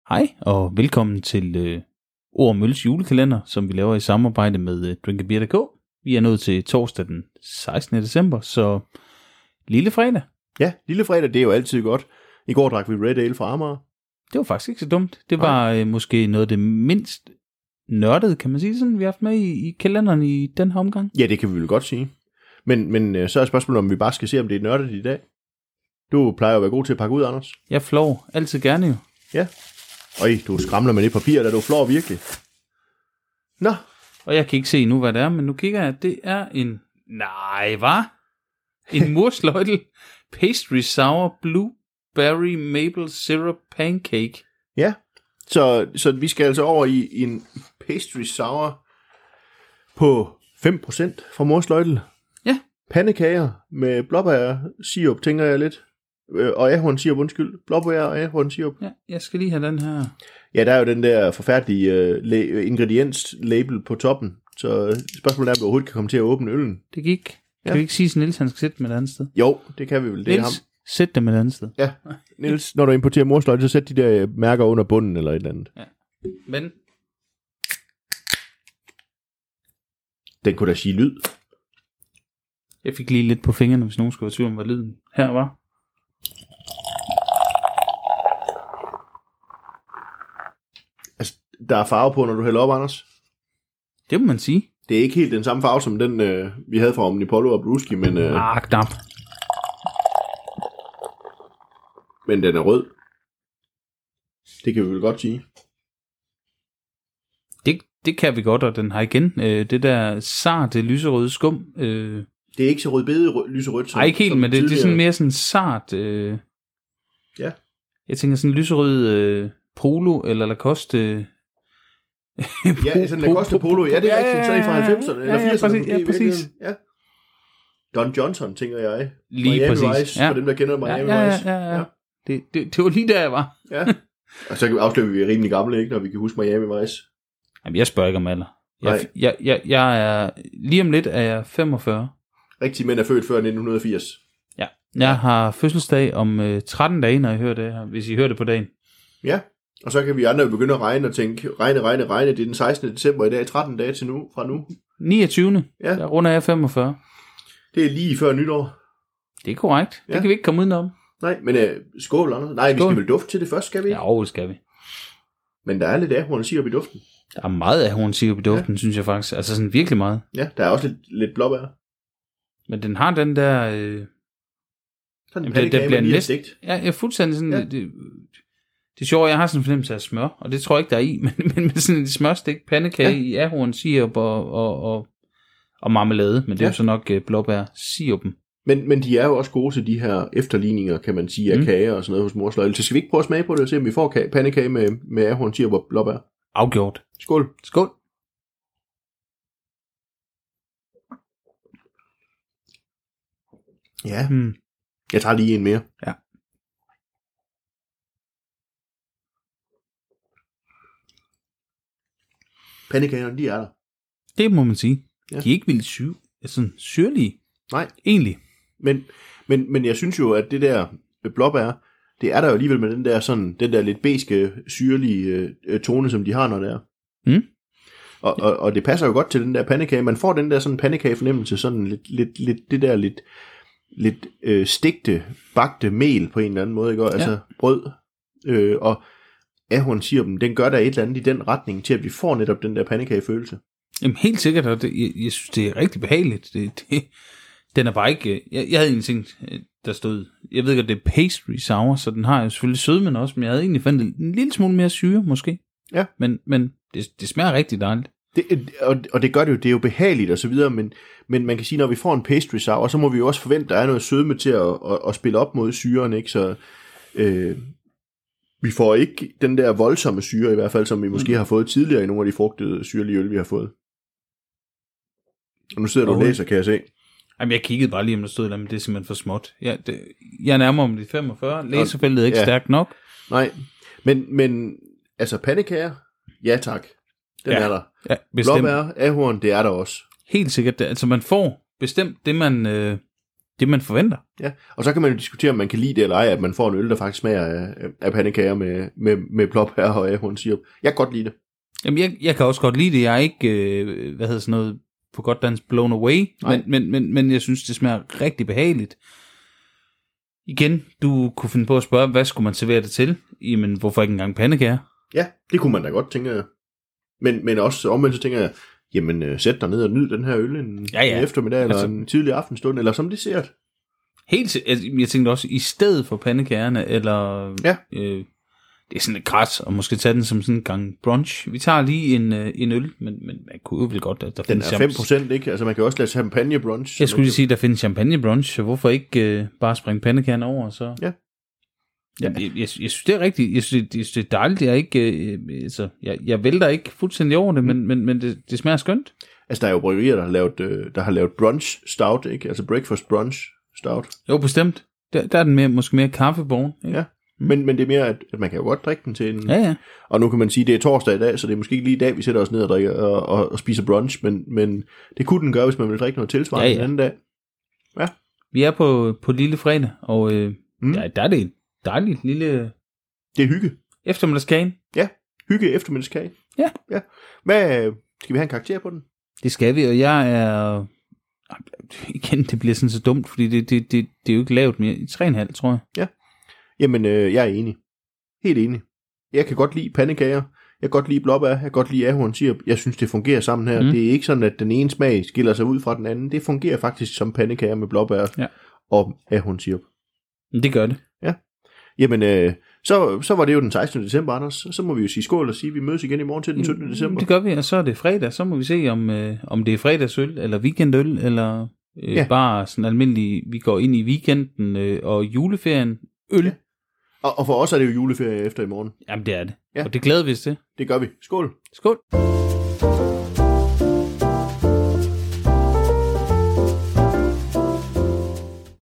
Hej og velkommen til Ord og Mølles julekalender, som vi laver i samarbejde med Drinkabeer.dk. Vi er nået til torsdag den 16. december, så lille fredag. Ja, lille fredag, det er jo altid godt. I går drak vi Red Ale fra Amager. Det var faktisk ikke så dumt. Det var måske noget af det mindst nørdede, kan man sige sådan, vi har haft med i kalenderen i den her omgang. Ja, det kan vi vel godt sige. Men så er spørgsmålet, om vi bare skal se, om det er nørdet i dag. Du plejer at være god til at pakke ud, Anders. Jeg flår altid gerne jo. Ja. Øj, du skramler med det papir, der du flår virkelig. Nå. Og jeg kan ikke se nu, hvad det er, men nu kigger jeg, det er en... Nej, hvad? En mursløjtel pastry sour blueberry maple syrup pancake. Ja, så vi skal altså over i en pastry sour på 5% fra mursløjtel. Ja. Pandekager med blåbær sirup, tænker jeg lidt. Og ahornsirup, undskyld. Blåbær og ahornsirup. Ja, jeg skal lige have den her. Ja, der er jo den der forfærdelige ingredienslabel på toppen. Så spørgsmålet er, om vi overhovedet kan komme til at åbne øllen. Det gik. Kan vi ikke sige, at Niels han skal sætte dem et andet sted? Jo, det kan vi vel. Det Niels, er ham. sæt dem et andet sted. Ja, Niels, når du importerer mursløjt, så sæt de der mærker under bunden eller et eller andet. Ja. Men den kunne da sige lyd. jeg fik lige lidt på fingrene, hvis nogen skulle være tvivl om, hvad lyden her var. Altså, der er farve på, når du hælder op, Anders. Det må man sige. Det er ikke helt den samme farve, som den, vi havde fra Omnipollo og Brewski, men... Knap. Men den er rød. Det kan vi vel godt sige. Det kan vi godt, og den har igen det der sarte lyserøde skum. Det er ikke så rødbede lyserødt som... Nej, ikke helt, men det er sådan mere sådan sart... Ja. Jeg tænker sådan lyserød polo eller Lacoste... Ja, sådan Lacoste polo. Ja, det er rigtigt. Så er I fra 90'erne eller 80'erne. Ja, præcis. Ja. Don Johnson, tænker jeg. Lige Miami præcis. Vice, for dem, der kender Miami Vice. Ja. Det var lige der, jeg var. Ja. Og så afslører vi, at vi er rimelig gamle, ikke, når vi kan huske Miami Vice. Jamen, jeg spørger ikke om alder. Jeg er... Lige om lidt er jeg 45. Rigtige mænd er født før 1980. Ja. Jeg har fødselsdag om 13 dage, når I hører det her, hvis I hører det på dagen. Ja, og så kan vi andre begynde at regne og tænke, regne. Det er den 16. december i dag, 13 dage til nu, fra nu. 29. Ja. Der runder jeg 45. Det er lige før nytår. Det er korrekt. Ja. Det kan vi ikke komme udenom. Nej, men skål, Anders. Nej, skål. Vi skal vel dufte til det først, skal vi ikke? Ja, det skal vi. Men der er lidt ahornsirup i duften. Der er meget ahornsirup i duften, synes jeg faktisk. Altså sådan virkelig meget. Ja, der er også lidt blåbær. Men den har den der... Sådan det bliver næsten. Ja, jeg er fuldstændig sådan... Ja. Det er sjovt, jeg har sådan en fornemmelse af smør, og det tror jeg ikke, der er i, men sådan en smørstik pandekage i ahornsirup og marmelade, men det er jo så nok blåbær sirupen. Men de er jo også gode til de her efterligninger, kan man sige, af kager og sådan noget hos mursløjtel. Så skal vi ikke prøve at smage på det og se, om vi får pandekage med ahornsirup og blåbær? Afgjort. Skål. Skål. Ja. Jeg tager lige en mere. Ja. Pandekagerne, de er der. Det må man sige. Ja. De er ikke vildt sådan syrlige. Nej. Egentlig. Men jeg synes jo, at det der blåbær, det er der jo alligevel med den der lidt beske, syrlige tone, som de har, når det er. Og det passer jo godt til den der pandekage. Man får den der sådan pandekage-fornemmelse, sådan lidt stegte, bagte mel på en eller anden måde, ikke? Altså brød. Og ahornsirupen, den gør der et eller andet i den retning, til at vi får netop den der pandekage-følelse. Jamen helt sikkert, og jeg synes, det er rigtig behageligt. Den er bare ikke... Jeg havde en ting, der stod... Jeg ved godt, det er pastry sour, så den har jo selvfølgelig sødmen også, men jeg havde egentlig fundet en lille smule mere syre, måske. Ja. Men det smager rigtig dejligt. Og det gør det jo, det er jo behageligt og så videre, men man kan sige, når vi får en pastry sour, så må vi jo også forvente, at der er noget sødme til at spille op mod syren, ikke? Så vi får ikke den der voldsomme syre, i hvert fald, som vi måske har fået tidligere i nogle af de frugtede syrlige øl, vi har fået. Og nu sidder du og læser, kan jeg se. Jamen, jeg kiggede bare lige, om der stod, men det er simpelthen for småt. Jeg nærmer om de 45. Læserfeltet er ikke stærkt nok. Nej, men altså pandekager, ja tak. Den er der. Ja, bestemt. Blåbær, ahorn, det er der også. Helt sikkert. Altså, man får bestemt det, man det, man forventer. Ja, og så kan man jo diskutere, om man kan lide det eller ej, at man får en øl, der faktisk smager af pandekager med blåbær og ahornsirup. Jeg kan godt lide det. Jamen, jeg kan også godt lide det. Jeg er ikke, på godt dansk blown away, men jeg synes, det smager rigtig behageligt. Igen, du kunne finde på at spørge, hvad skulle man servere det til? Jamen, hvorfor ikke engang pandekager? Ja, det kunne man da godt, tænker jeg. Men også omvendt, så tænker jeg, jamen, sæt dig ned og nyd den her øl en eftermiddag, eller en tidlig aftenstund, eller som dessert. Helt, jeg tænkte også, i stedet for pandekagerne, eller det er sådan lidt græs, og måske tage den som sådan en gang brunch. Vi tager lige en øl, men man kunne jo vel godt, at der den findes... Den er 5%, ikke? Altså man kan også lade champagne brunch. Jeg skulle lige sige, at der findes champagne brunch, så hvorfor ikke bare springe pandekagerne over, så... Ja. Jeg synes, det er rigtigt. Jeg synes, det er dejligt. Jeg er ikke, jeg vælter ikke fuldstændig over det, men det smager skønt. Altså, der er jo bryggerier, der har lavet brunch stout, ikke? Altså breakfast brunch stout. Jo, bestemt. Der er den måske mere kaffeborn. Ja, men det er mere, at man kan jo godt drikke den til en... Ja. Og nu kan man sige, at det er torsdag i dag, så det er måske ikke lige i dag, vi sætter os ned og drikker og spiser brunch, men det kunne den gøre, hvis man vil drikke noget tilsvarende en anden dag. Ja. Vi er på lille fredag, og der er det dejligt lille... Det er hygge. Eftermiddagskagen. Ja, hygge eftermiddagskage. Ja. Hvad, skal vi have en karakter på den? Det skal vi, og jeg er... Igen, det bliver sådan så dumt, fordi det er jo ikke lavt mere. 3,5, tror jeg. Ja. Jamen, jeg er enig. Helt enig. Jeg kan godt lide pandekager. Jeg kan godt lide blåbær. Jeg kan godt lide ahornsirup. Jeg synes, det fungerer sammen her. Det er ikke sådan, at den ene smag skiller sig ud fra den anden. Det fungerer faktisk som pandekager med blåbær og ahornsirup. Det gør det. Ja. Jamen, så var det jo den 16. december, Anders. Så må vi jo sige skål og sige, at vi mødes igen i morgen til den 17. december. Det gør vi, og så er det fredag. Så må vi se, om det er fredagsøl, eller weekendøl, eller bare sådan almindelig, vi går ind i weekenden og juleferien øl. Ja. Og for os er det jo juleferie efter i morgen. Jamen, det er det. Ja. Og det glæder vi os til. Det gør vi. Skål. Skål.